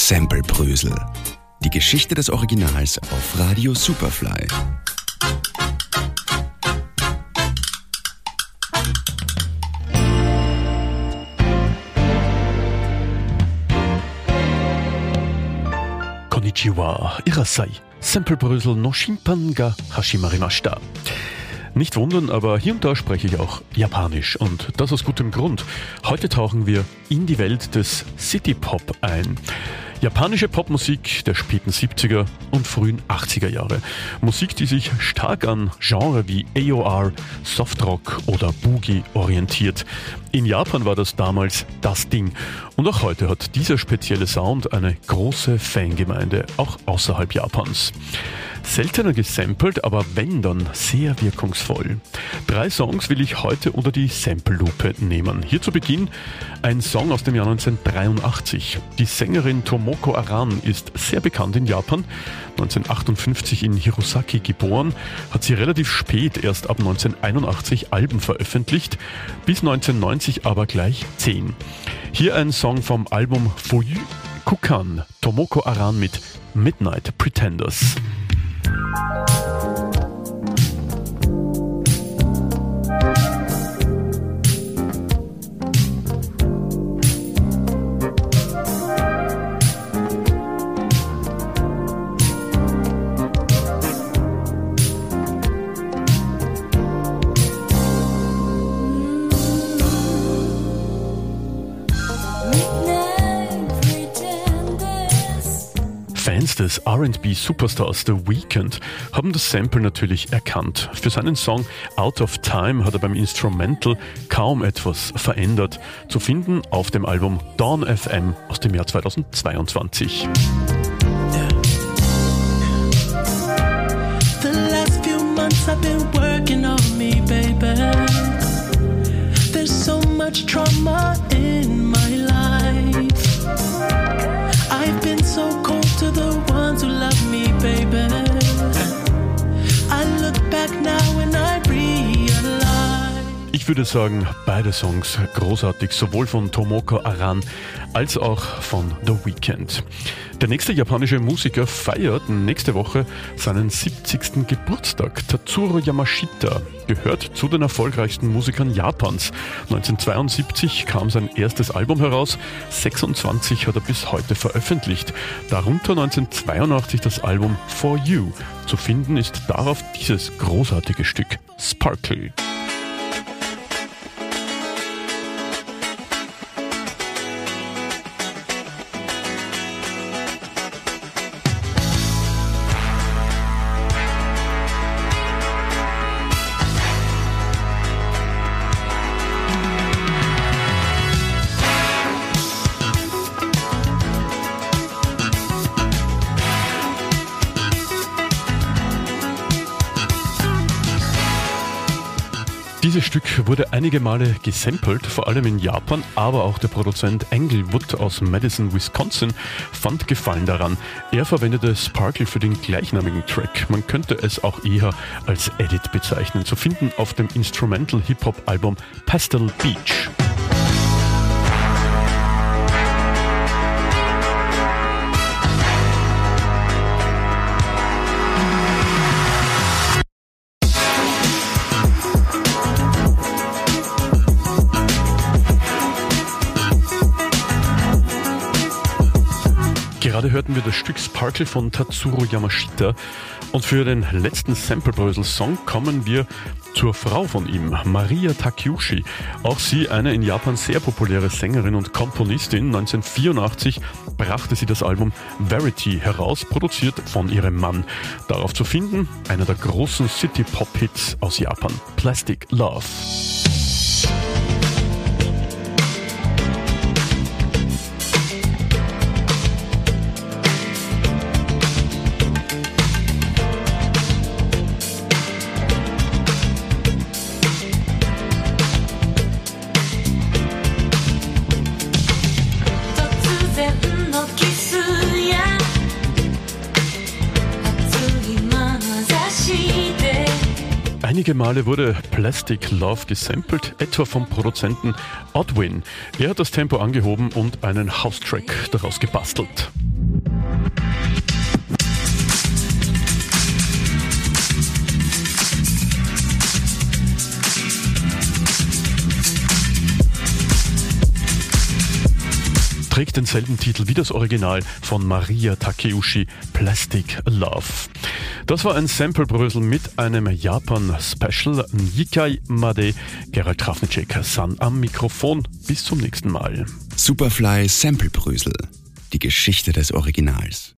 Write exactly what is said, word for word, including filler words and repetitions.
Samplebrösel. Die Geschichte des Originals auf Radio Superfly. Konnichiwa, Irasai, Samplebrösel no Shimpan ga Hashimarimashita. Nicht wundern, aber hier und da spreche ich auch Japanisch und das aus gutem Grund. Heute tauchen wir in die Welt des City-Pop ein. Japanische Popmusik der späten siebziger und frühen achtziger Jahre. Musik, die sich stark an Genre wie A O R, Softrock oder Boogie orientiert. In Japan war das damals das Ding. Und auch heute hat dieser spezielle Sound eine große Fangemeinde, auch außerhalb Japans. Seltener gesampelt, aber wenn, dann sehr wirkungsvoll. Drei Songs will ich heute unter die Sample-Lupe nehmen. Hier zu Beginn ein Song aus dem Jahr neunzehnhundertdreiundachtzig. Die Sängerin Tomoko Aran ist sehr bekannt in Japan. neunzehnhundertachtundfünfzig in Hirosaki geboren, hat sie relativ spät, erst ab neunzehnhunderteinundachtzig, Alben veröffentlicht, bis neunzehnhundertneunzig aber gleich zehn. Hier ein Song vom Album Fuyu Kukan, Tomoko Aran mit Midnight Pretenders. Fans des R and B-Superstars The Weeknd haben das Sample natürlich erkannt. Für seinen Song Out of Time hat er beim Instrumental kaum etwas verändert. Zu finden auf dem Album Dawn F M aus dem Jahr zweitausendzweiundzwanzig. The last few months I've been working on me, baby. There's so much trauma in my life. I've been so cold to the ones who love me, baby. I look back now and I realize. Ich würde sagen, beide Songs großartig, sowohl von Tomoko Aran als auch von The Weeknd. Der nächste japanische Musiker feiert nächste Woche seinen siebzigsten Geburtstag. Tatsuro Yamashita gehört zu den erfolgreichsten Musikern Japans. neunzehnhundertzweiundsiebzig kam sein erstes Album heraus, sechsundzwanzig hat er bis heute veröffentlicht. Darunter neunzehnhundertzweiundachtzig das Album For You. Zu finden ist darauf dieses großartige Stück Sparkle. Dieses Stück wurde einige Male gesampelt, vor allem in Japan, aber auch der Produzent Englewood aus Madison, Wisconsin, fand Gefallen daran. Er verwendete Sparkle für den gleichnamigen Track. Man könnte es auch eher als Edit bezeichnen. Zu finden auf dem Instrumental-Hip-Hop-Album Pastel Beach. Gerade hörten wir das Stück Sparkle von Tatsuro Yamashita und für den letzten Samplebrösel-Song kommen wir zur Frau von ihm, Maria Takeuchi. Auch sie eine in Japan sehr populäre Sängerin und Komponistin. neunzehnhundertvierundachtzig brachte sie das Album Verity heraus, produziert von ihrem Mann. Darauf zu finden, einer der großen City-Pop-Hits aus Japan, Plastic Love. Einige Male wurde Plastic Love gesampelt, etwa vom Produzenten Odwin. Er hat das Tempo angehoben und einen House-Track daraus gebastelt. trägt denselben Titel wie das Original von Maria Takeuchi, Plastic Love. Das war ein Sample-Brösel mit einem Japan-Special. Njikai Made, Gerald Krafnicek, San am Mikrofon. Bis zum nächsten Mal. Superfly Sample-Brösel. Die Geschichte des Originals.